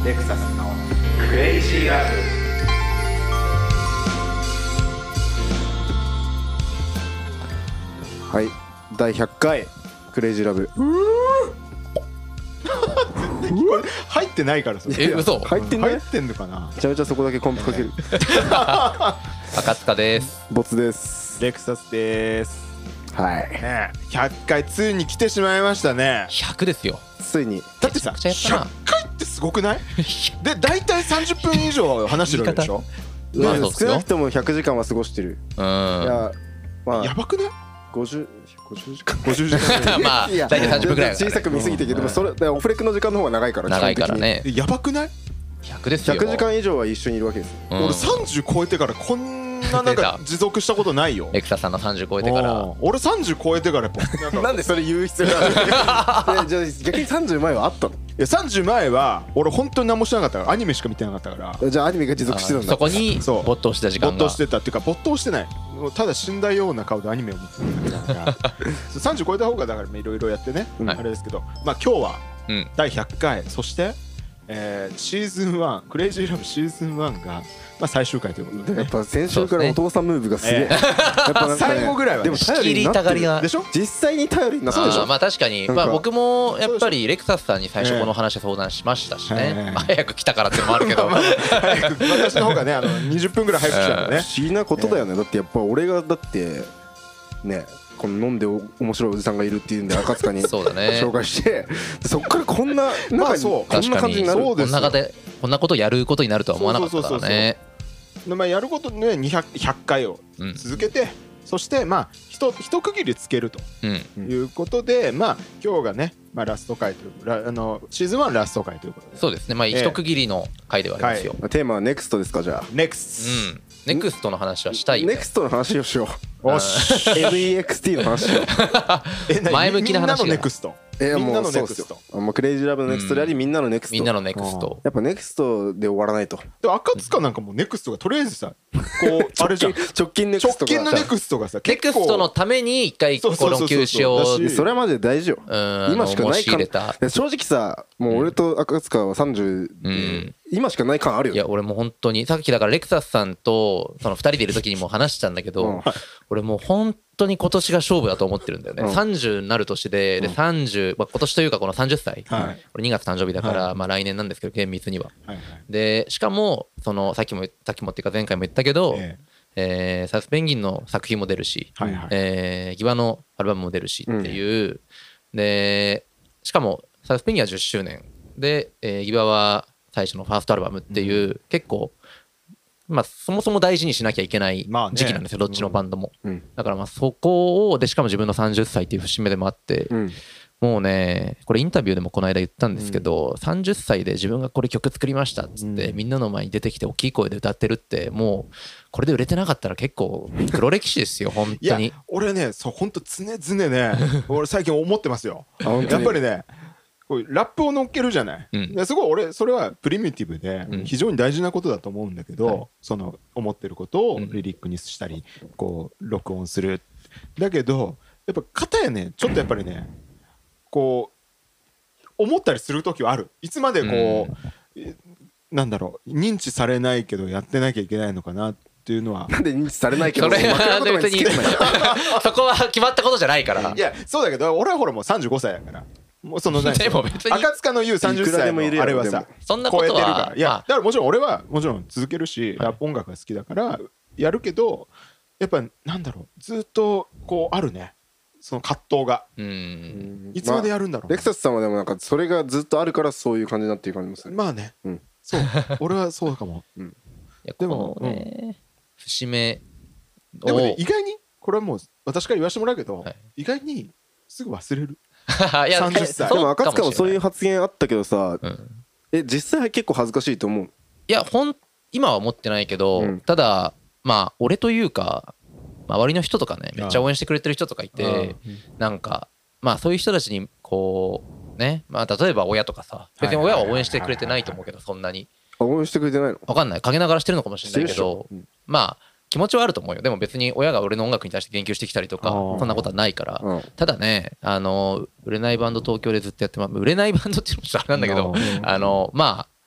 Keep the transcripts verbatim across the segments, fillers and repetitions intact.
レクサスのクレイジーラブ。 はい、だいひゃっかいクレイジーラブ。 入ってないからさ。 え、嘘。 入ってんね。 入ってんのかな。 めちゃめちゃそこだけコンプかける。 赤塚です。 ボツです。 レクサスです。 はい。 ね、ひゃっかいついに来てしまいましたね。 ひゃくですよ。 ついに。 だってさ、 めちゃくちゃやったな。 ひゃっかいってすごくない？で、だいたいさんじゅっぷん以上話してるわけでしょ。 まあそうっすよ。 少なくともひゃくじかんは過ごしてる。 うん。いや、まあやばくない？ ごじゅう、ごじゅうじかんごじゅうじかんまあ大体さんじゅっぷんぐらい。 小さく見すぎてけど、でもそれオフレクの時間の方が長いから。 長いからね。 やばくない？ ひゃくですよ。 ひゃくじかん以上は一緒にいるわけですよ。 俺さんじゅう超えてからこんななんか持続したことないよ。 レクサさんのさんじゅう超えてから。 俺さんじゅう超えてからやっぱなんでそれ言う必要がある？じゃあ逆にさんじゅうまえはあったの？ いやさんじゅうまえは俺本当に何もしなかったから、アニメしか見てなかったから。 じゃあアニメが持続してたんだ。 そこに没頭した時間が。 没頭してたっていうか、没頭してない、ただ死んだような顔でアニメを見てたからさんじゅう超えた方がだからいろいろやってね、あれですけど、まあ今日はだいひゃっかい、そしてえー、シーズンワンクレイジーラブシーズンワンが、まあ、最終回ということで、ね、 やっぱ先週からお父さんムーブがすげえ、やっぱなんか、ね、 最後ぐらいは、ね、 でも頼りになってるでしょ。 実際に頼りになってるでしょ。 まあ確かに、まあ、僕もやっぱりレクサスさんに最初この話相談しましたしね、えーまあ、早く来たからってのもあるけど早く私の方がねあのにじゅっぷんぐらい早く来たのね。 不思議なことだよね、えー、だってやっぱ俺がだってねこの飲んで面白いおじさんがいるっていうんで赤塚に紹介して、そっからこんなまあそうこんな感じになる。 こんなでこんなことやることになるとは思わなかったからね。 まあやることねにひゃく、ひゃっかいを続けて、うん、そしてまあひと一区切りつけるということで、うん、まあ今日がね、まあ、ラスト回というあのシーズンワンラスト回ということで、 そうですね、まあ一区切りの回ではありますよ。 はい、テーマはネクストですか。じゃあネクスト、 うんネクストの話はしたいよね。 ネクストの話をしよう。おし エムイーエックスティー の話を前向きな話が。 みんなのネクスト、 えー、みんなのネクスト、もうクレイジーラブのネクストであり、みんなのネクスト、 みんなのネクスト、 やっぱネクストで終わらないと。 で赤塚なんかもうネクストがとりあえずさこうあれじゃん直近ネクストが直近のネクストがさネクストのために一回この休止を、 それはマジで大事よ。今しかない感。正直さ、もう俺と赤塚はさんじゅう、うん、今しかない感あるよ。 いや俺もう本当にさっきだからレクサスさんとそのふたりでいる時にも話したんだけど、うん、俺もう本当に今年が勝負だと思ってるんだよね、うん、さんじゅうになる年で、でさんじゅう、まあ、今年というかこのさんじゅっさい、はい、俺にがつ誕生日だから、はい、まあ来年なんですけど厳密には、はいはい、でしかもそのさっきもさっきもっていうか前回も言ったけど、えええー、サスペンギンの作品も出るし、はいはい、えー、ギワのアルバムも出るしっていう、うん、でしかもサスペンギンはじゅっしゅうねんで、えー、ギワは最初のファーストアルバムっていう、うん、結構まあそもそも大事にしなきゃいけない時期なんですよ、まあね、どっちのバンドも、うん、だからまあそこをでしかも自分のさんじゅっさいっていう節目でもあって、うん、もうねこれインタビューでもこの間言ったんですけど、うん、さんじゅっさいで自分がこれ曲作りましたっつって、うん、みんなの前に出てきて大きい声で歌ってるってもうこれで売れてなかったら結構黒歴史ですよ本当に。 いや俺ねそう本当常々ね俺最近思ってますよやっぱりねこうラップを乗っけるじゃない、うん、すごい俺それはプリミティブで非常に大事なことだと思うんだけど、うん、その思ってることをリリックにしたりこう録音するだけどやっぱ片やねちょっとやっぱりねこう思ったりする時はある。いつまでこう、うん、なんだろう認知されないけどやってなきゃいけないのかなっていうのは。 なんで認知されないけどそれは別にそこは決まったことじゃないから。 いやそうだけど俺はほらもうさんじゅうごさいだからもうそのでも別に赤塚の言うさんじゅっさいのあれはさそんなことは超えてるからいやだからもちろん俺はもちろん続けるしラップ音楽が好きだからやるけどやっぱなんだろうずっとこうあるねその葛藤がうんいつまでやるんだろう、 まあ、レクサスさんはでもなんかそれがずっとあるからそういう感じになっていう感じもする。 まあね、うん、そう俺はそうかも、うん、いやでもね、うん、節目でもね意外にこれはもう私から言わせてもらうけど、はい、意外にすぐ忘れるいやさんじゅっさいでも赤塚もそういう発言あったけどさ、うん、え実際結構恥ずかしいと思う。 いやほん今は思ってないけど、うん、ただまあ俺というか周りの人とかねめっちゃ応援してくれてる人とかいてなんかまあそういう人たちにこうねまあ例えば親とかさ別に親は応援してくれてないと思うけどそんなに応援してくれてないの分かんない陰ながらしてるのかもしれないけど、うん、まあ気持ちはあると思うよ。でも別に親が俺の音楽に対して言及してきたりとかそんなことはないから、うん、ただねあの売れないバンド東京でずっとやってま売れないバンドっていうのもちょっとあれなんだけどあのまあ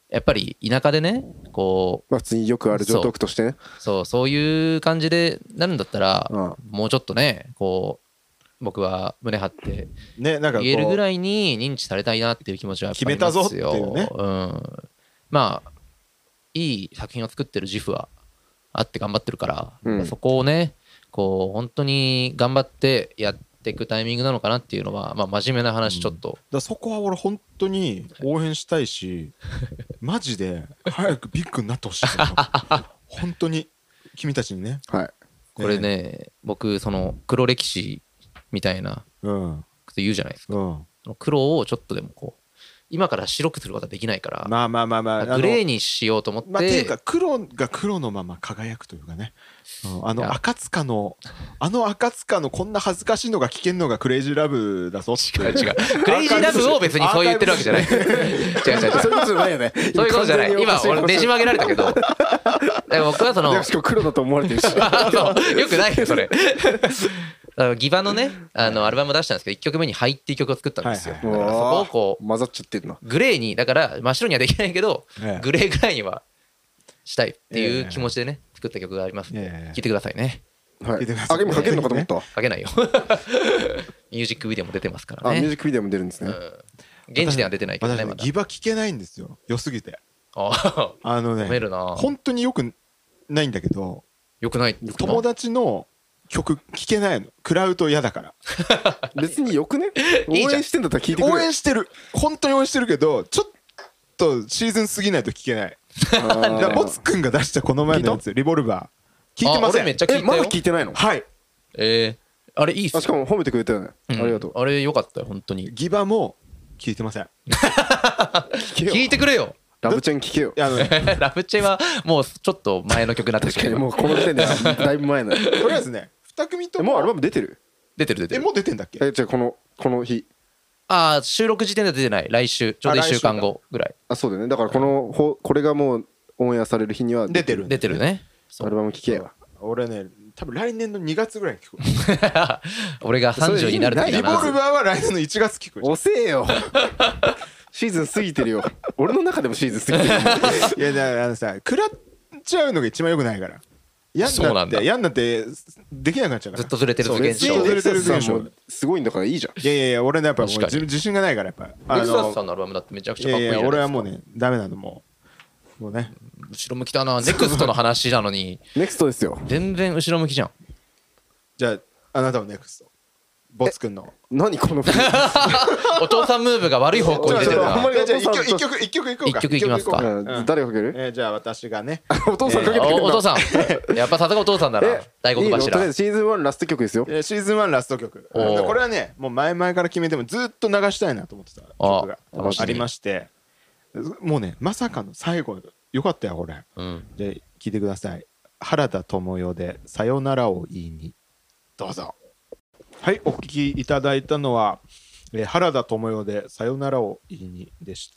やっぱり田舎でねこう、 まあ、普通によくある常套句としてね、 そうそういう感じでなるんだったら、 うん、 もうちょっとねこう僕は胸張ってね、なんか言えるぐらいに認知されたいなっていう気持ちはやっぱりありますよ。 決めたぞっていうね、 うん、まあいい作品を作ってる自負はあって頑張ってるから、うん、そこをねこう本当に頑張ってやっていくタイミングなのかなっていうのは、まあ、真面目な話ちょっと、うん、 だそこは俺本当に応援したいしマジで早くビッグになってほしい本当に君たちにね、 はい、 これね僕その黒歴史みたいなこと言うじゃないですか、うん、黒をちょっとでもこう今から白くすることはできないから、 まあまあまあまあグレーにしようと思って、 まあ、っていうか黒が黒のまま輝くというかね、うん、あの赤塚のあの赤塚のこんな恥ずかしいのが聞けんのがクレイジーラブだぞって。 違う違うクレイジーラブを別にそう言ってるわけじゃない違う違う違うそういうことじゃないよねそういうことじゃない今俺ねじ曲げられたけど僕はそのしかも黒だと思われてるしよくないよそれギバのねあのアルバム出したんですけどいっきょくめに「はい」っていう曲を作ったんですよ、はいはい、だからそこをこう混ざっちゃってんのグレーにだから真っ白にはできないけど、ええ、グレーぐらいにはしたいっていう気持ちでね作った曲がありますんで、ええ、聴いてくださいね。 はい、あでもかけるのかと思った。 かけないよミュージックビデオも出てますからね。 あミュージックビデオも出るんですね、うん、 現時点は出てないけどね。まだギバ聴けないんですよ良すぎて。 ああのね褒めるな本当によくないんだけどよくない友達の曲聴けないの食らうと嫌だから別によくね応援してんだったら聴いてくれ。 応援してる本当に応援してるけどちょっとシーズン過ぎないと聴けない。だボツくんが出したこの前のやつリボルバー聴いてません。 めっちゃ聞いたよ。 えまだ聴いてないの。 はいえー、あれいいっすよ。 しかも褒めてくれたよね、うん、ありがとう。 あれよかったよ本当に。 ギバも聴いてません聞いてくれよラブチェン聴けよ。 ラブチェンはもうちょっと前の曲になってる。 確かにもうこの時点でだいぶ前だよとりあえずねに組ともうアルバム出てる出てる出てる。 えもう出てんだっけ。 えじゃあこのこの日ああ収録時点では出てない。来週ちょうどいっしゅうかんごぐらい。 あそうだよね。だからこのほこれがもうオンエアされる日には出てる出てるね。 アルバム聴けよ。 俺ね多分来年のにがつぐらいに聴く俺がさんじゅうになる時だな。 リボルバーは来年のいちがつ聴く。 遅えよシーズン過ぎてるよ俺の中でもシーズン過ぎてるいやだからあのさ食らっちゃうのが一番良くないから嫌になって嫌になってできなくなっちゃうから。 ずっとずれてる現象。 ずっとずれてる現象すごいんだからいいじゃん。 いやいやいや俺ねやっぱもう自信がないからやっぱレクサスさんのアルバムだってめちゃくちゃかっこいいじゃないですか。いやいや俺はもうねダメなのもうもうね後ろ向きだな。ネクストの話なのにネクストですよ。 全然後ろ向きじゃん。 じゃああなたもネクストボツくんの何このお父さんムーブが悪い方向に出てるな。 じゃあ一曲一曲一曲いこうか。 一曲いきますか。 誰がかける。 えじゃあ私がねお父さんかけてくれる。 お父さんやっぱさすがお父さんだな。大黒柱。 とりあえずシーズンワンラスト曲ですよ。 シーズンワンラスト曲これはねもう前々から決めてもずっと流したいなと思ってた曲がありましてもうねまさかの最後よかったよこれ。で聴いてください。原田知世でさよならを言いに。どうぞ。はいお聴きいただいたのは、えー、原田知世でさよならを言いにでした。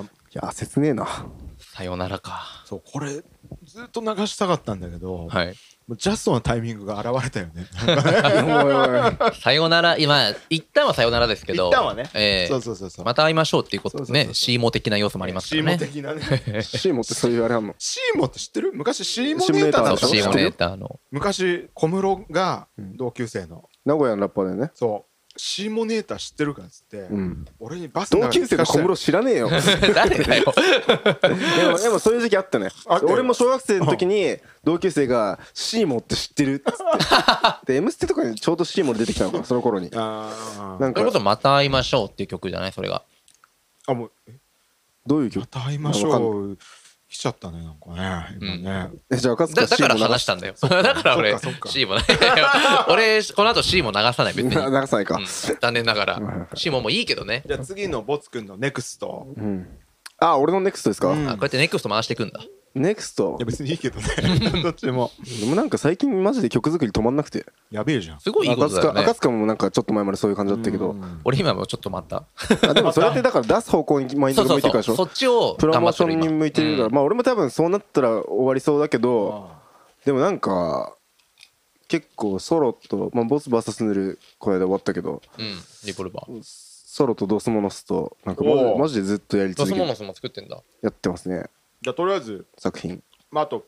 いや切ねえな。 さよならか。 そうこれずっと流したかったんだけど、 はい、 もうジャストなタイミングが現れたよねさよなら今一旦はさよならですけど一旦はね、 えー、 そうそうそうそうまた会いましょうっていうことですね。シーモ的な要素もありますからね。 シーモ的なねシーモってそういうあれあんの。 シーモって知ってる。昔シーモネーターだった。 シーモネーターの昔小室が同級生の、 うん、名古屋のラッパーだよね。 そうシーモネーター知ってるかっつって、うん、俺にバス同級生の小室知らねえよ誰だよでもでもそういう時期あったね。俺も小学生の時に同級生がシーモって知ってるっつってで M ステとかにちょうどシーモで出てきたのかその頃に。 あなんかそれこそまた会いましょうっていう曲じゃないそれが。 あもうどういう曲。 また会いましょう来ちゃったねなんかね今ね、 うん、じゃあ赤塚だから話したんだよだから俺 C もない俺この後 C も流さない別に流さないか、うん、 残念ながら C ももういいけどね。 じゃあ次のボツくんのネクスト、 うん、あ俺のネクストですか、うん、 あこうやってネクスト回していくんだ。 ネクストいや別にいいけどねどっちもでもなんか最近マジで曲作り止まんなくてやべえじゃん。 すごいいいことだよね。 赤塚もなんかちょっと前までそういう感じだったけど俺今もちょっと待ったあでもそれってだから出す方向にマインドが向いてるからでしょ。 そうそうそうそっちをプロモーションに向いてるから、うん、まあ俺も多分そうなったら終わりそうだけどでもなんか結構ソロと、まあ、ボス ブイエス ヌルこの間終わったけど、 うんリボルバーソロとドスモノスとなんかマジマジでずっとやりド続けてスモノスも作ってんだ。 やってますね。 じゃあとりあえず、 作品。 まあ、あと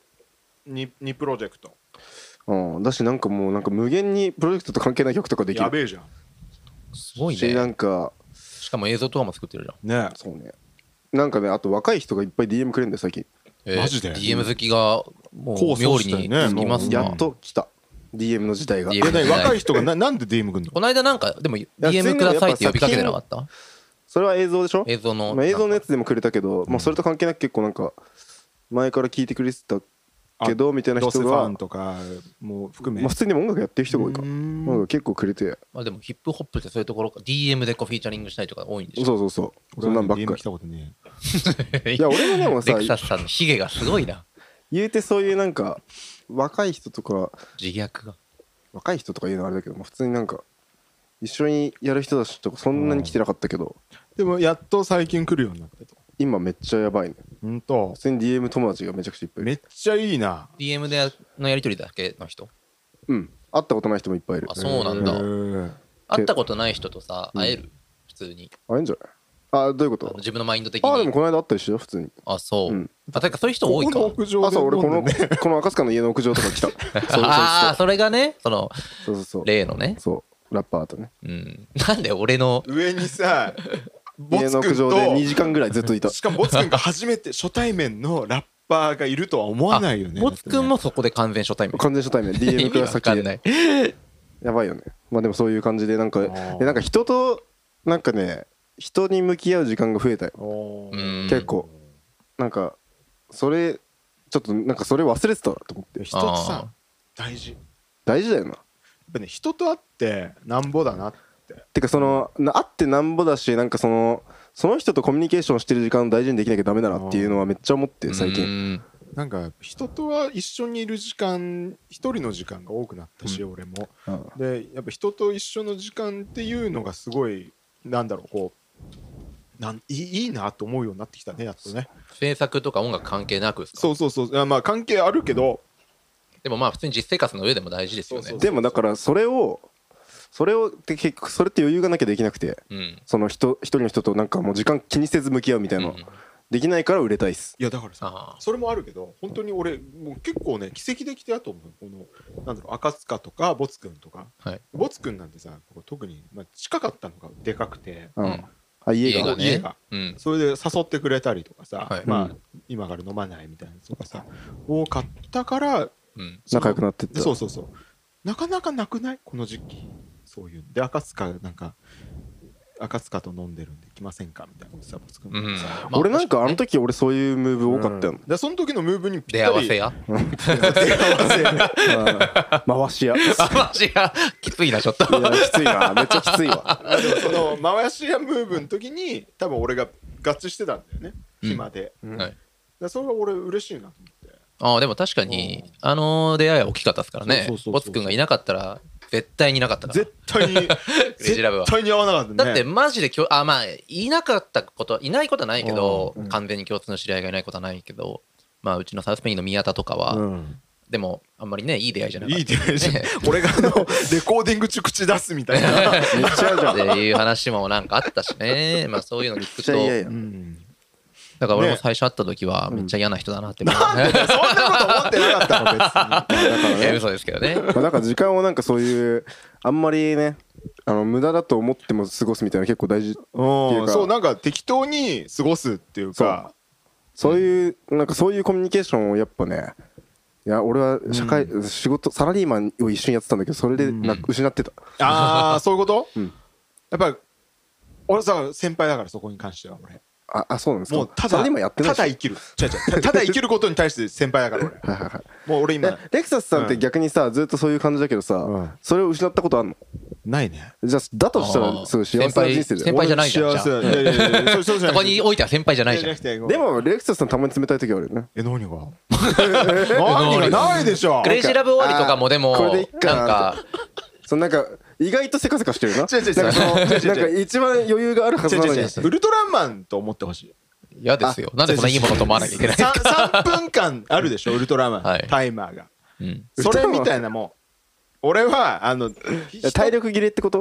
2, 2プロジェクト。 うんだしなんかもうなんか無限にプロジェクトと関係ない曲とかできるやべえじゃん。 すごいしなね。 んかしかも映像とかも作ってるじゃん。 ねそうねなんかねあと若い人がいっぱい ディーエム くれるんだよ最近。 えーマジでディーエム 好きがも功う妙利を奏したよねにつきますな。 やっと来た ディーエム の時代が。 ディーエムえ、何若い人がななんで ディーエム くんの？ この間なんかでも ディーエム くださいって呼びかけてなかった？ それは映像でしょ。 映像の、 まあ、映像のやつでもくれたけど、まあ、それと関係なく結構なんか前から聞いてくれてたけどみたいなドスフ人がァンとかも含め、 まあ、普通に音楽やってる人が多いからうんなんか結構くれてまあでもヒップホップってそういうところか ディーエム でこうフィーチャリングしたりとか多いんでしょ。 そうそうそうそんなんばっディーエムかり来たことねいや俺もでもさレクサスさんのヒゲがすごいな。 言うてそういうなんか若い人とか自虐が。 若い人とか言うのはあれだけど、まあ、普通になんか一緒にやる人たちとかそんなに来てなかったけどでもやっと最近来るようになったと。 今めっちゃやばいね。 ほんと普通に ディーエム 友達がめちゃくちゃいっぱいいる。 めっちゃいいな。 ディーエム でのやり取りだけの人。 うん会ったことない人もいっぱいいる。 あそうなんだ。 へー会ったことない人とさ会える普通に。 あれんじゃないあどういうことあの自分のマインド的に。 あでもこの間会ったりしてよ普通に。 あそう。 うんあだからそういう人多いか。 ここの屋上であそう俺この飲んでねこの赤塚の家の屋上とか来たそうああそれがねそのそうそうそう例のね。 そうラッパーとねうん。なんで俺の上にさボ家ツくんの屋上でにとじかんぐらいずっといた。 しかもボツくんが初めて初対面のラッパーがいるとは思わないよね。 ボツくんもそこで完全初対面。 完全初対面 ディーエム意味わから先でかんない。 やばいよね。まあでもそういう感じでなんかーでなんか人となんかね人に向き合う時間が増えたよおーうん結構なんかそれちょっとなんかそれ忘れてたなと思って。 人ってさ大事。やっ大事だよな。 ぱね人と会ってなんぼだなって。 てかそのな会ってなんぼだしなんかそのその人とコミュニケーションしてる時間を大事にできなきゃダメだなっていうのはめっちゃ思って最近。 近。 なんか人とは一緒にいる時間一人の時間が多くなったし、俺もうんでやっぱ人と一緒の時間っていうのがすごいなんだろうこうなんいいいいなと思うようになってきたねやっとね。 制作とか音楽関係なくですか。 そうそうそういやまあ関係あるけどでもまあ普通に実生活の上でも大事ですよね。 そうそうでもだからそれをそれをって結局それって余裕がなきゃできなくてうん。 その人一人の人となんかもう時間気にせず向き合うみたいなのうんできないから売れたいっす。 いやだからさあそれもあるけど本当に俺もう結構ね奇跡的だと思う。このなんだろう赤塚とかボツくんとかあはい。 ボツくんなんてさここ特に、まあ、近かったのがでかくてううんんあ家が家がね家がうん。 それで誘ってくれたりとかさ、 はいまあ、 うん今から飲まないみたいなとかさ多かったからうん。 仲良くなってった。 そうそうそうなかなかなくないこの時期そういうで赤塚なんか赤塚と飲んでるんで来ませんかみたいなさボツくんうんがさ、 まあ俺なんかあの時俺そういうムーブ多かったよ。 でその時のムーブにぴ出ったり会わせや。 出会わせ回し屋。いあマジやきついなちょっと。 やきついなめっちゃきついわ。 あでもその回し屋ムーブの時に多分俺が合致してたんだよねうん暇で、 うんはい。 でそれが俺嬉しいなと思ってああでも確かにあの出会いは大きかったですからねそうそうそうそう。 ボツくんがいなかったら絶対にいなかったから。 絶対にレジラブは絶対に合わなかったねだってマジできょあまあいなかったこといないことはないけど、 うん完全に共通の知り合いがいないことはないけど、まあうちのサウスペインの宮田とかは、 うんでもあんまりねいい出会いじゃなかったいい出会いじゃんね俺があのレコーディング中口出すみたいな、 めっちゃ嫌じゃん。 っていう話もなんかあったしねまあそういうのに聞くとめっちゃ嫌やうん、 だから俺もね最初会った時はめっちゃ嫌な人だなって思う、 そんなこと思ってなかったの別にだからいやね嘘ですけどねまあなんか時間をなんかそういうあんまりねあの無駄だと思っても過ごすみたいなの結構大事。 うんかそうなんか適当に過ごすっていうかそういうなんかそういうコミュニケーションをやっぱねいや俺は社会、仕事サラリーマンを一緒にやってたんだけどそれでな、 うん失ってた。 ああそういうこと、 うんやっぱり俺さ先輩だからそこに関しては俺ああそうなんですか。 もうただサラリーマンやってないし。 ただ生きる違う違うただ生きることに対して先輩だから俺はいはいはい。 もう俺今えレクサスさんって逆にさずっとそういう感じだけどさ、 うんそれを失ったことあんの？ ないねじゃあだとしたあーらすごい幸せな人生だよ。 先輩じゃないじゃん俺幸せいやいやいやそうそうじゃなくてそこにおいては先輩じゃないじゃんじゃなくてでもレクサスさんたまに冷たい時あるよね。 え何が何がないでしょクレイジーラブ終わりとかもでもこれでいっかななんかそのなんか意外とせかせかしてるな。 違う違う違うなんかその違う違う違うなんか一番余裕があるはずなのに。 違う違う違うウルトラマンと思ってほしい嫌ですよなんでそんないいものと思わなきゃいけないんですかさんぷんかんあるでしょウルトラマン、 はいタイマーがうんそれみたいなもん俺はあのいや体力切れってこと？ そ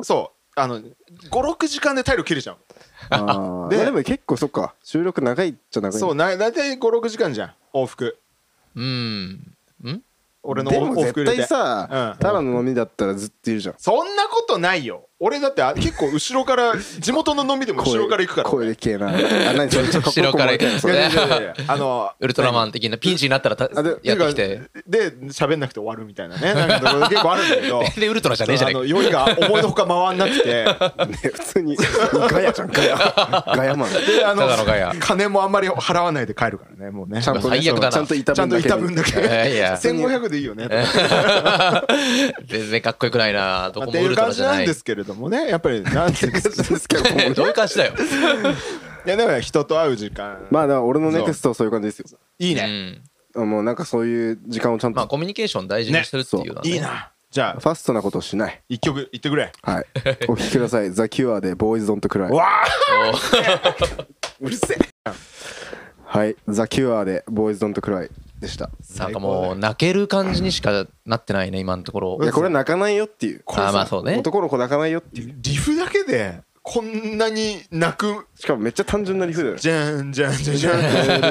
あのごろくじかんで体力切れちゃう。 あででも結構そっか収録長いっちゃ長い。 そうな大体ごろくじかんじゃん往復。 うんん俺のでも往復入れて絶対さ、ただの飲みだったらずっといるじゃん。 そんなことないよ。俺だって結構後ろから地元の飲みでも後ろから行くから。 声でけえな。あ、何それ後ろから行く。 あのウルトラマン的なピンチになったらやってきてで喋んなくて終わるみたいなね。なんか結構あるんだけど。 でウルトラじゃねえじゃねえか。 酔いが思いのほか回んなくて。 普通にガヤじゃんガヤ。ガヤマン。 であの金もあんまり払わないで帰るからねもうね。 ちゃんと最悪だな。 ちゃんと板分だけ。せんごひゃくでいいよね。 全然かっこよくないな。どこもウルトラじゃない。っていう感じなんですけれどもねやっぱりなんていうんですけどどういう感じだよ。 いやだから人と会う時間。 まあだから俺のネクストはそういう感じですよ。 いいね。 もうなんかそういう時間をちゃんと。 まあコミュニケーション大事にするっていうのはね。 いいな。じゃあファストなことをしない。 一曲言ってくれ。 はい。お聴きください。ザ・キュアでボーイズ・ドント・クライ。 わあ。うるせえ。 はい。ザ・キュアでボーイズ・ドント・クライでした。 なんかもう泣ける感じにしかなってないね今のところ。 いやこれ泣かないよっていう。 あまあそうね。 男の子泣かないよっていう。 リフだけでこんなに泣く。 しかもめっちゃ単純なリフだよ。 じゃんじゃんじゃんじゃん。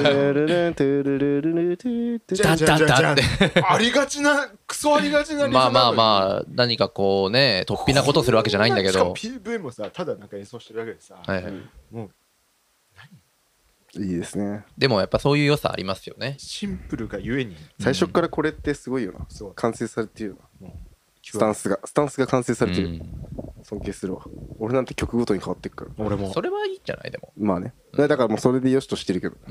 じゃんじゃんじゃんってありがちなクソありがちなリフ。 まあまあまあ何かこうね突飛なことするわけじゃないんだけど。 しかも ピーブイ もさただなんか演奏してるだけでさ。もういいですね。 でもやっぱそういう良さありますよね。 シンプルがゆえに最初からこれってすごいよな。完成されてるよな。スタンスがスタンスが完成されてる。尊敬するわ。俺なんて曲ごとに変わってくから。 俺もそれはいいんじゃないでも。 まあね。だからもうそれでよしとしてるけど。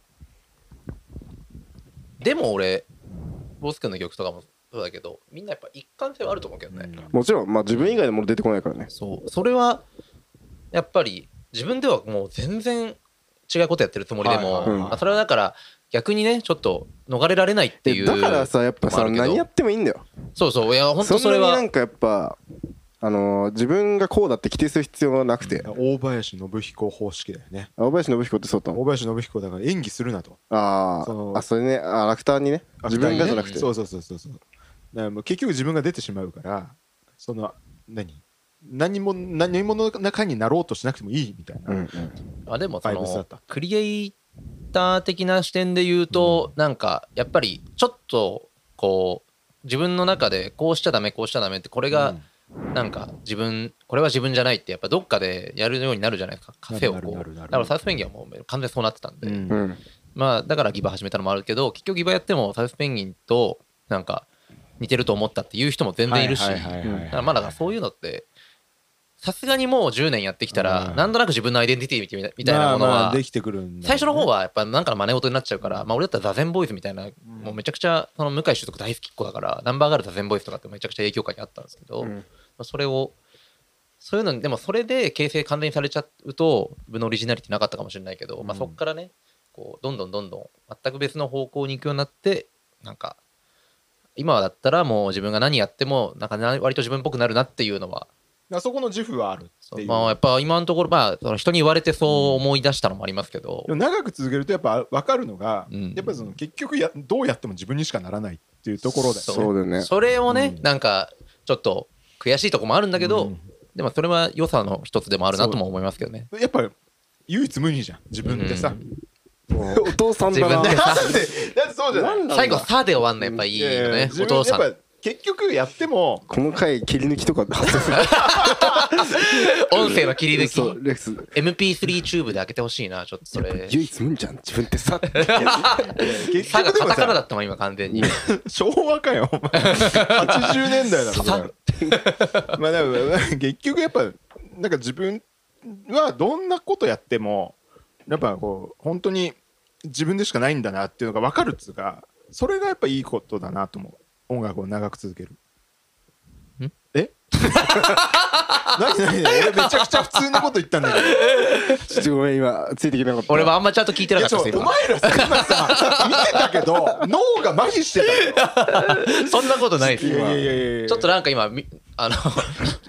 でも俺ボス君の曲とかもそうだけどみんなやっぱ一貫性はあると思うけどね。 もちろんまあ自分以外でも出てこないからね。 そうそれはやっぱり自分ではもう全然違うことやってるつもりでもそれはだから逆にねちょっと逃れられないっていう。 だからさやっぱさ何やってもいいんだよ。 そうそういや本当それはそんなになんかやっぱあの自分がこうだって規定する必要はなくて。 大林信彦方式だよね。 大林信彦ってそうだったの。 大林信彦だから演技するなと。 ああそれねアクターにね自分がじゃなくて。 そうそうそうそうそう。だからもう結局自分が出てしまうからその何何も何者かになろうとしなくてもいいみたいな。 あでもそのクリエイター的な視点で言うとなんかやっぱりちょっとこう自分の中でこうしちゃダメこうしちゃダメってこれがなんか自分これは自分じゃないってやっぱどっかでやるようになるじゃないですかカフェをこう。だからサウスペンギンはもう完全にそうなってたんでまあだからギバ始めたのもあるけど結局ギバやってもサウスペンギンとなんか似てると思ったっていう人も全然いるしだからまあだからそういうのってさすがにもうじゅうねんやってきたらなんとなく自分のアイデンティティみたいなものは最初の方はやっぱなんかの真似事になっちゃうからまあ俺だったらザゼンボーイズみたいなもうめちゃくちゃその向井秀徳大好きっ子だからナンバーガールザゼンボーイズとかってめちゃくちゃ影響下にあったんですけどそれをそういうのにでもそれで形成完全にされちゃうと自分のオリジナリティなかったかもしれないけどまあそっからねこうどんどんどんどん全く別の方向に行くようになってなんか今だったらもう自分が何やってもなんか割と自分っぽくなるなっていうのはそこの自負はあるっていう。 まあやっぱ今のところまあその人に言われてそう思い出したのもありますけど、 でも長く続けるとやっぱ分かるのが、うん、やっぱその結局やどうやっても自分にしかならないっていうところだよね。 そうだよね。 それをね、うん、なんかちょっと悔しいとこもあるんだけど、うん、でもそれは良さの一つでもあるなとも思いますけどね。 やっぱ唯一無二じゃん自分ってさ。 うん、お父さんだな。 だってだってそうじゃない。 最後さで終わんのやっぱいいよね。お父さん。 結局やってもこの回切り抜きとか発生する音声の切り抜きそうエムピースリー チューブで開けてほしいなちょっとそれ唯一無二じゃん自分ってささがカタカナだったもん今完全に昭和かよお前はちじゅうねんだいだろまあでも結局やっぱなんか自分はどんなことやってもやっぱこう本当に自分でしかないんだなっていうのが分かるっつうかそれがやっぱいいことだなと思う。音楽を長く続ける。んえ何何俺めちゃくちゃ普通のこと言ったんだけどちょっとごめん今ついてきなかった。 俺もあんまちゃんと聞いてなかったっす今。お前らさ今さ見てたけど脳が麻痺してたよそんなことないっすよ。 いやいやいやいやちょっとなんか今あの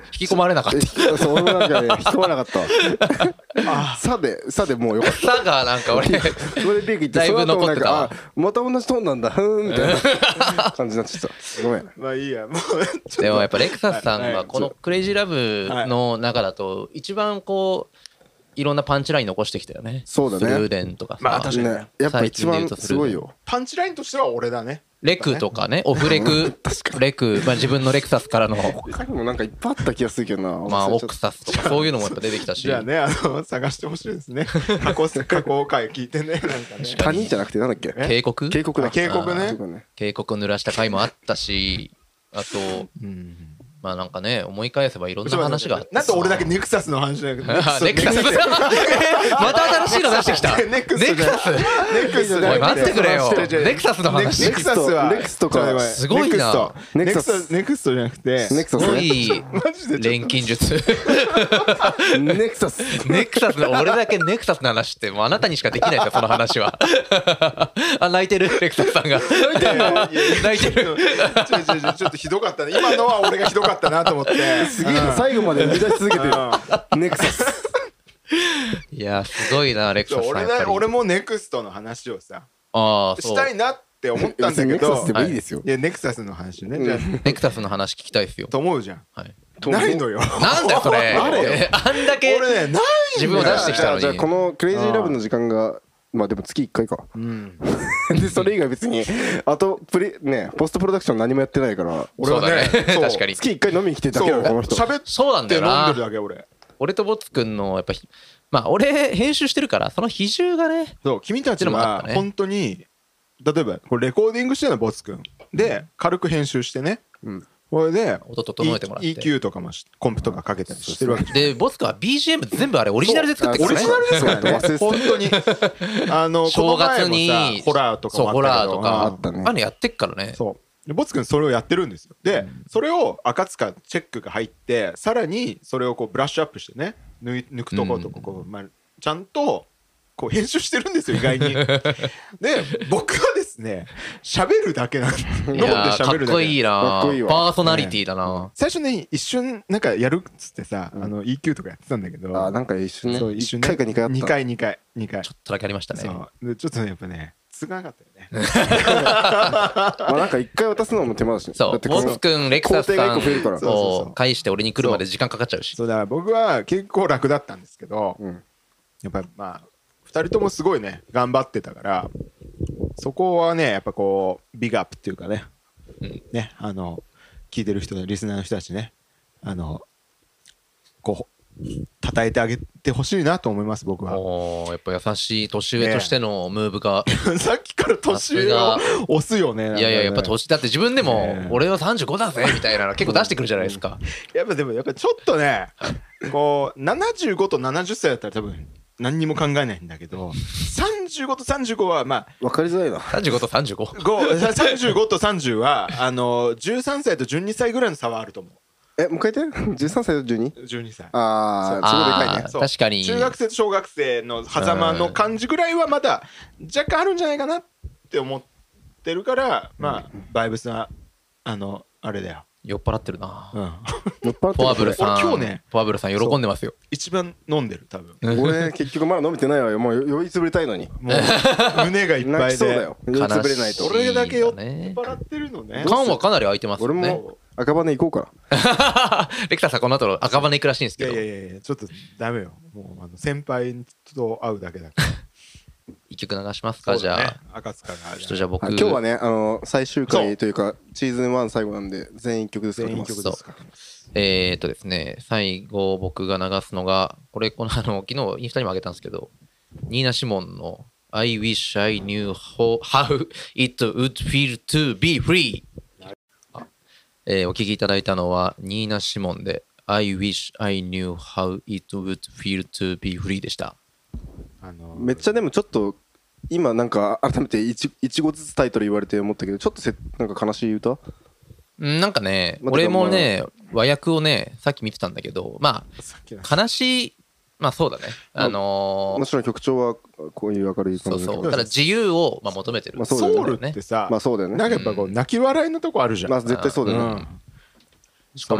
引き込まれなかった。 そう俺もなんかね引き込まなかったわさでさでもうよかったさがなんか俺それで行ってその後もなんかあまた同じトーンなんだふーんみたいな感じになっちゃったごめん。 まあいいやもうでもやっぱレクサスさんはこのクレイジーラブの中だと一番こういろんなパンチライン残してきたよね。 そうだね。 スルーデンとかさ。 まあ確かにね。 やっぱ一番すごいよ。 パンチラインとしては俺だね。 レクとかね、オフレク、レク、まあ自分のレクサスからの。 他にもなんかいっぱいあった気がするけどな。 まあオクサスとかそういうのもやっぱ出てきたし。 じゃあね、あの探してほしいですね。過去過去回聞いてね、なんかね。 谷じゃなくてなんだっけ？ 渓谷？ 渓谷だ。 渓谷ね。 渓谷濡らした回もあったし、あと。まあなんかね思い返せばいろんな話があってなんで俺だけネクサスの話だけどネクサスまた新しいの出してきたネクサスネクサスおい待ってくれよネクサスの話ネクサスはネクスとかすごいなネクサスネクストじゃなくてネクサスすごい錬金術ネクサスネクサスの俺だけネクサスの話ってもうあなたにしかできないですよその話はあ泣いてるネクサスさんが泣いてるちょっとひどかったね今のは俺がひどかったかったなと思ってすげえな最後まで生み出し続けてるネクサスいやすごいなレクサスさん俺ね俺もネクストの話をさあしたいなって思ったんだけどネクサスでもいいですよいやネクサスの話ねじゃあネクサスの話聞きたいですよと思うじゃんはいないのよなんだよそれあんだけ俺ねない自分を出してきたのにじゃあこのクレイジーラブの時間がまあでも月いっかいかうんでそれ以外別にあとプレねポストプロダクション何もやってないから俺はね確かに月いっかい飲みに来てるだけなのこの人喋ってそうなんだよな飲んでるだけ俺俺とボツくんのやっぱまあ俺編集してるからその比重がねそう君たちは本当に例えばこれレコーディングしてるのボツくんで軽く編集してねこれで音整えてもらってイーキュー とかもコンプとかかけたりしてるわけでボス君は ビージーエム 全部あれオリジナルで作ってくるねオリジナルですからね本当にあの正月にホラーとかそうホラーとかあったねあのやってっからねそうボツ君それをやってるんですよでそれを赤塚チェックが入ってさらにそれをこうブラッシュアップしてね抜くとことここまあちゃんとこう編集してるんですよ意外にで僕はですね喋るだけなんです飲んで喋るだけかっこいいなかっこいいわパーソナリティだな、 ね、最初ね一瞬なんかやるっつってさ、うん、あの イーキュー とかやってたんだけどあなんか一瞬ねそう一瞬ねいっかいかにかいあったにかいにかいにかいちょっとだけありましたねそうでちょっとねやっぱねつがなかったよねまあなんか一回渡すのも手間だし、ね、 そうボツくんレクサスさんを返して俺に来るまで時間かかっちゃうしそうだから僕は結構楽だったんですけど、うん、やっぱまあふたりともすごいね頑張ってたからそこはねやっぱこうビッグアップっていうかね、うん、ねあの聞いてる人リスナーの人たちねあのこう叩いてあげてほしいなと思います僕は。 おやっぱ優しい年上としてのムーブが、 ね、さっきから年上を押すよね。 いやいややっぱ年だって自分でも俺はさんじゅうごだぜみたいなの結構出してくるじゃないですか。 やっぱでもやっぱちょっとねこうななじゅうごとななじゅっさいだったら多分何にも考えないんだけどさんじゅうごとさんじゅうごはまあ分かりづらいなさんじゅうごとさんじゅうごさんじゅうごとさんじゅうはあのじゅうさんさいとじゅうにさいぐらいの差はあると思う。 えもう一回言ってじゅうさんさいと じゅうに? じゅうにさいああすごいでかいね。 確かに中学生と小学生の狭間の感じぐらいはまだ若干あるんじゃないかなって思ってるからまあバイブスはあのあれだよ酔っ払ってるな、 うん、 酔っ払ってる。 フォアブルさん今日ねフォアブルさん喜んでますよ。 一番飲んでる多分俺結局まだ飲めてないわよ。もう酔いつぶれたいのにもう胸がいっぱいで泣きそうだよ酔いつぶれないと。 俺だけ酔っ払ってるのね。 缶はかなり空いてますよね。 俺も赤羽行こうかレクターさんこの後赤羽行くらしいんですけど。 いやいやいやちょっとダメよもうあの先輩と会うだけだから一曲流しますか、ね、じゃあ赤塚がちょっとじゃあ僕、 はい、今日はねあの最終回というかシーズンワン最後なんで全員曲ですから全員曲ですからえー、っとですね最後僕が流すのがこれこのあの昨日インスタにもあげたんですけどニーナ・シモンの I wish I knew how it would feel to be free、えー、お聴きいただいたのはニーナ・シモンで I wish I knew how it would feel to be free でした。 あのー、めっちゃでもちょっと今なんか改めて 1, 1語ずつタイトル言われて思ったけどちょっとせなんか悲しい歌なんかね、まあ、俺もね和訳をねさっき見てたんだけどまあ悲しいまあそうだねあのー、 もちろん曲調はこういう明るい感じそうそうただ自由をまあ求めてる、 まあそうだよね、ソウルってさ、 まあそうだよね、 なんかやっぱこう泣き笑いのとこあるじゃん、 まあ絶対そうだよね、 うん、それよ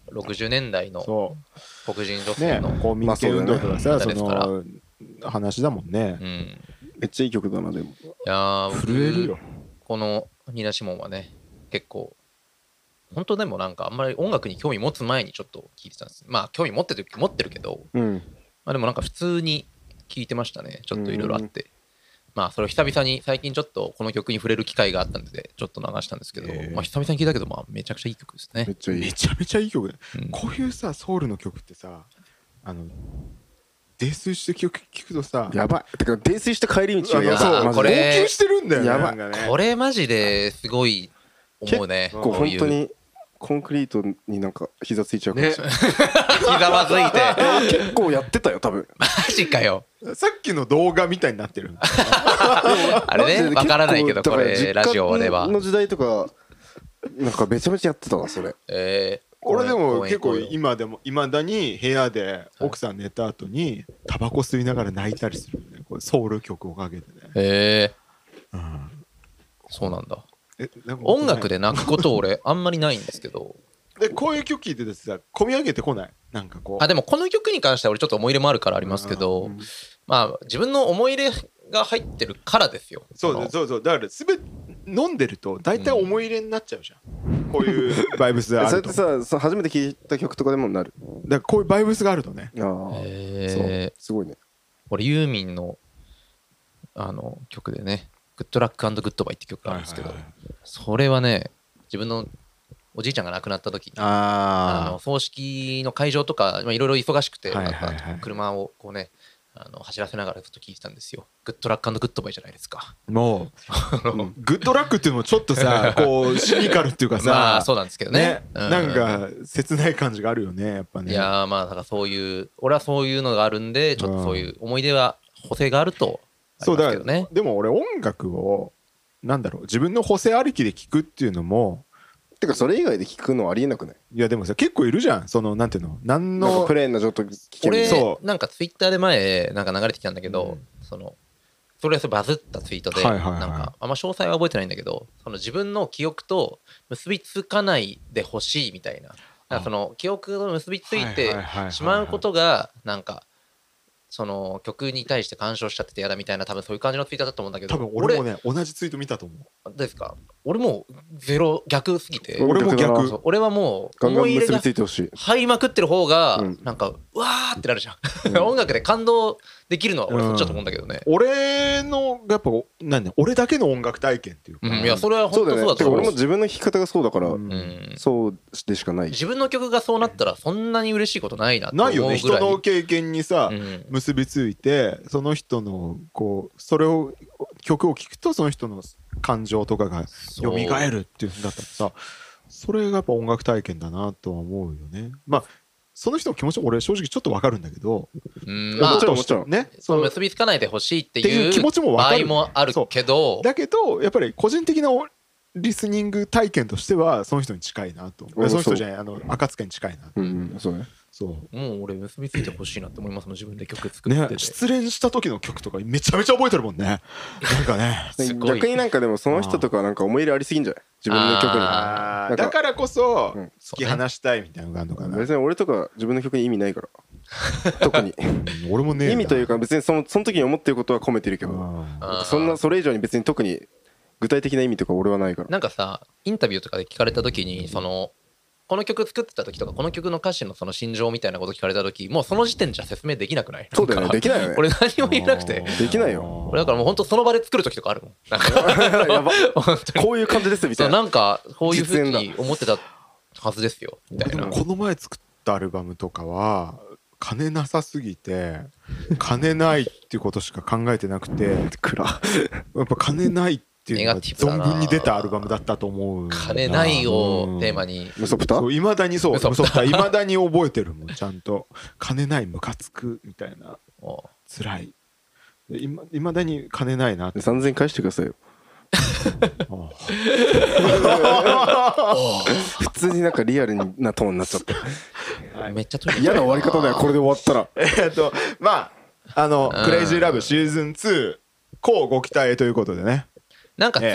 ろくじゅうねんだいのそう黒人女性の、 ね、公民権運動とかさ、 まあそそうだねの話だもんね、 うん、いめっちゃいい曲だなでも。 やー震えるよ。 このニナ・シモンはね結構本当でもなんかあんまり音楽に興味持つ前にちょっと聞いてたんです。まあ興味持ってる持ってるけど、 うん、 まあでもなんか普通に聞いてましたね。ちょっといろいろあって、まあそれを久々に最近ちょっとこの曲に触れる機会があったんでちょっと流したんですけど、まあ久々に聞いたけどまあめちゃくちゃいい曲ですね。 めっちゃいい。 めちゃめちゃいい曲だ、 うん、 こういうさソウルの曲ってさ、あの泥酔して曲聞くとさ、 やばい。てか泥酔した帰り道はやばい。 そうこマジでれ号泣してるんだよね。 やばいなんかねこれマジですごい思うね。 こう本当にコンクリートになんか膝ついちゃうかもしれない。 ひざまずいて結構やってたよ多分。 マジかよ。 さっきの動画みたいになってる。 あれねわからないけどこれラジオではの時代とかなんかめちゃめちゃやってたわそれ。 えー俺でも結構今でもいまだに部屋で奥さん寝た後にタバコ吸いながら泣いたりするね、これソウル曲をかけてね。 へえー、うん、 そうなんだ。 え音楽で泣くこと俺あんまりないんですけどでこういう曲聴いててさ込み上げてこない？なんかこうあでもこの曲に関しては俺ちょっと思い入れもあるからありますけど、うん、まあ自分の思い入れが入ってるからですよ。 そうそうそう、だからすべ飲んでると大体思い入れになっちゃうじゃん、うん、こういうバイブスがあると。 それってさ初めて聴いた曲とかでもなる？ だからこういうバイブスがあるとね。 ああ、 へそうすごいね。 俺ユーミンのあの曲でねグッドラック&グッドバイって曲があるんですけど、はいはいはい、それはね自分のおじいちゃんが亡くなった時にああの葬式の会場とかいろいろ忙しくて、はいはいはい、なんか車をこうねあの走らせながらずっと聞いてたんですよ。グッドラック&グッドバイじゃないですか。 もうグッドラックっていうのもちょっとさこうシニカルっていうかさまあそうなんですけどね、ね、 うん、なんか切ない感じがあるよねやっぱね。 いやまあだからそういう俺はそういうのがあるんでちょっとそういう思い出は補正があるとありますけどね。 そうだでも俺音楽をなんだろう自分の補正ありきで聴くっていうのもてかそれ以外で聞くのはありえなくない？ いやでもさ結構いるじゃんそのなんていうの何のプレーンなちょっと聞ける。 俺そうなんかツイッターで前なんか流れてきたんだけど、うん、そのそれはバズったツイートで、はいはいはい、なんかあんま詳細は覚えてないんだけどその自分の記憶と結びつかないでほしいみたいな、なんかその記憶と結びついてしまうことがなんかその曲に対して干渉しちゃっててやだみたいな多分そういう感じのツイートだと思うんだけど、 多分俺もね同じツイート見たと思う。 ですか？俺もゼロ逆すぎて俺も逆。 俺はもう思い入れが入りまくってる方がなんかうわーってなるじゃん、うん、音楽で感動できるのは俺そっちだと思うんだけどね、 うん、俺のやっぱなんだ俺だけの音楽体験っていうか、 うん、いやそれは本当そうだと思う。 俺も自分の弾き方がそうだから、うん、そうでしかない。 自分の曲がそうなったらそんなに嬉しいことないなって思うぐらい。 ないよね。人の経験にさ、うん、結びついてその人のこうそれを曲を聴くとその人の感情とかが蘇るっていうんだったらさ、それがやっぱ音楽体験だなとは思うよね。まあその人の気持ち俺正直ちょっと分かるんだけど、 うんまあもちろんもちろんね、その結びつかないでほしいっていう気持ちも場合もあるけど、 だけどやっぱり個人的なリスニング体験としてはその人に近いなと。その人じゃないあの赤塚に近いなと。 うん、そうね。 そうもう俺結びついてほしいなって思いますもん自分で曲作ってて、 ね、失恋した時の曲とかめちゃめちゃ覚えてるもんね。なんかね逆になんかでもその人とかなんか思い入れありすぎんじゃない自分の曲に。 あだからこそ突き放したいみたいなのがあるのかな。 別に俺とか自分の曲に意味ないから特に俺もね意味というか別にそのその時に思ってることは込めてるけどそんなそれ以上に別に特に具体的な意味とか俺はないから。 なんかさインタビューとかで聞かれた時にそのこの曲作ってた時とかこの曲の歌詞のその心情みたいなこと聞かれた時もうその時点じゃ説明できなくない？ そうだよねできないよね。 俺何も言えなくてできないよ。 俺だからもう本当その場で作る時とかあるもん。なんかやばこういう感じですみたいな。 なんかこういう風に思ってたはずですよみたいな。 この前作ったアルバムとかは金なさすぎて金ないっていうことしか考えてなくて暗やっぱ金ないっていうのが存分に出たアルバムだったと思う。 金ないをテーマにムソプタいまだにそうムソプタいまだに覚えてるもんちゃんと。金ないムカつくみたいな辛いいまいまだに金ないなって。 さんぜんえん返してくださいよ普通になんかリアルなトーンになっちゃってめっちゃ嫌な終わり方だよこれで終わったら。 えっとまああのクレイジーラブシーズンツーこうご期待ということでね。 なんかに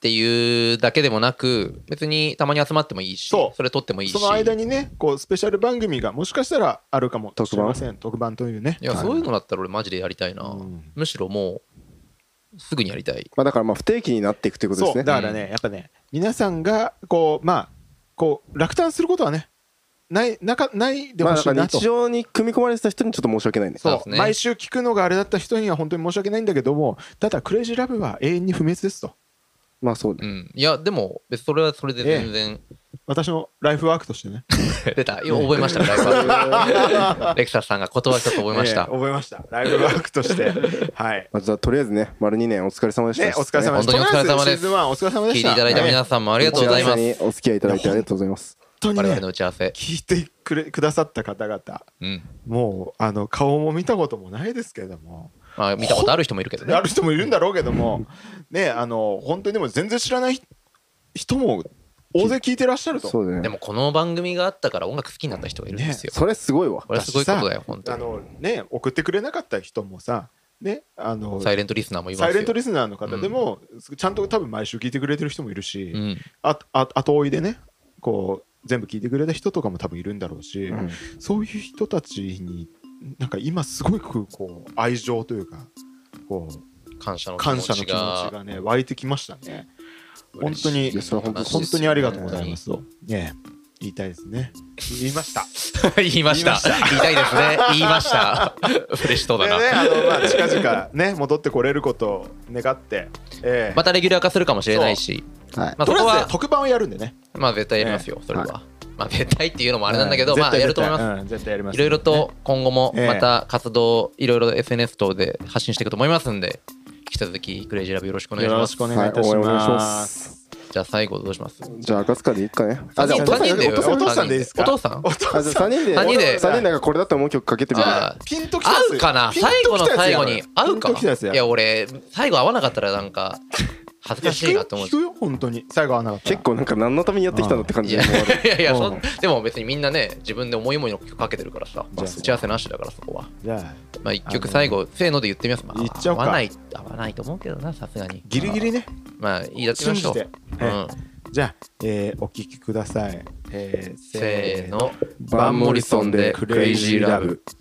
っていうだけでもなく別にたまに集まってもいいし、 そうそれ撮ってもいいし、 その間にねこうスペシャル番組がもしかしたらあるかもしれません。特番というね。 いや、そういうのだったら俺マジでやりたいな、 うん、 むしろもうすぐにやりたい。 まあだからまあ不定期になっていくということですね。 そうだからね、やっぱね皆さんがこうまあこう落胆することはねないなかないでほしいなと。 まあ、日常に組み込まれてた人にちょっと申し訳ないね。 そうね、毎週聞くのがあれだった人には本当に申し訳ないんだけども、ただクレイジーラブは永遠に不滅ですと。 まあそうね、 うん、いやでも別にそれはそれで全然、ええ、 私のライフワークとしてね出たよ、覚えました、ライフワークレクサスさんが言葉一つ覚えました、 ええ、覚えました、ライフワークとしてはい、 まあ、じゃあとりあえずね丸にねんお疲れ様でした、 ね、お疲れ様でした。 本当にお疲れ様です。 シーズンワンお疲れ様でした。 聞いていただいた皆さんもありがとうございます。 にお付き合いいただいてありがとうございます。 本当にね、 我々の打ち合わせ聞いてくれくださった方々、うん、もうあの顔も見たこともないですけれども、 まあ、見たことある人もいるけどね、 ある人もいるんだろうけどもね、あの本当にでも全然知らない人も大勢聞いてらっしゃると。 そうだね、 でもこの番組があったから音楽好きになった人がいるんですよ、 ね、それすごいわ。 これすごいことだよ本当に。 あのね送ってくれなかった人もさね、あのサイレントリスナーもいますよ。 サイレントリスナーの方でも、うん、ちゃんと多分毎週聞いてくれてる人もいるし、 うん、 ああ後追いでねこう全部聞いてくれた人とかも多分いるんだろうし、うん、そういう人たちになんか今すごくこう愛情というかこう感謝の気持ちが、 感謝の気持ちがね湧いてきましたね。本当に本当にありがとうございますと、ね、言いたいですね。言いました言いました言いたいですね言いました嬉しそうだな、 ね、あのまあ近々ね戻ってこれることを願って、えー、 またレギュラー化するかもしれないし、 はい、まあ、そこは特番をやるんでね、 まあ絶対やりますよ、えー、それは、はい、まあ絶対っていうのもあれなんだけど、 うん、 まあやると思います、 うん、絶対やります、ね、 いろいろと今後もまた活動いろいろ エスエヌエス 等で発信していくと思いますんで、引き続きクレイジーラブよろしくお願いします。 よろしくお願いいたします。 じゃあ最後どうします？ じゃあ赤塚でいいかね。 あじゃあお父さんでお父さんでいいですか？ お父さん？ あじゃあさんにんでさんにんでさんにんがこれだと思う曲かけてみる。 ピンときたやつ合うかな？最後の最後に合うか？いや俺最後合わなかったらなんか恥ずかしいなと思う。 聞くよ本当に最後合わなかった。 結構なんか何のためにやってきたのって感じで。 いやいやそでも別にみんなね自分で思い思いの曲かけてるからさ、打ち合わせなしだからそこは。じゃあまあ一曲最後せーので言ってみます。まあ言っちゃおうか。 合わない合わないと思うけどなさすがに。 ギリギリね。 まあ言い出しましょう。うん。 じゃあ、えー、お聴きください、えー、 せーのバンモリソンでクレイジーラブ。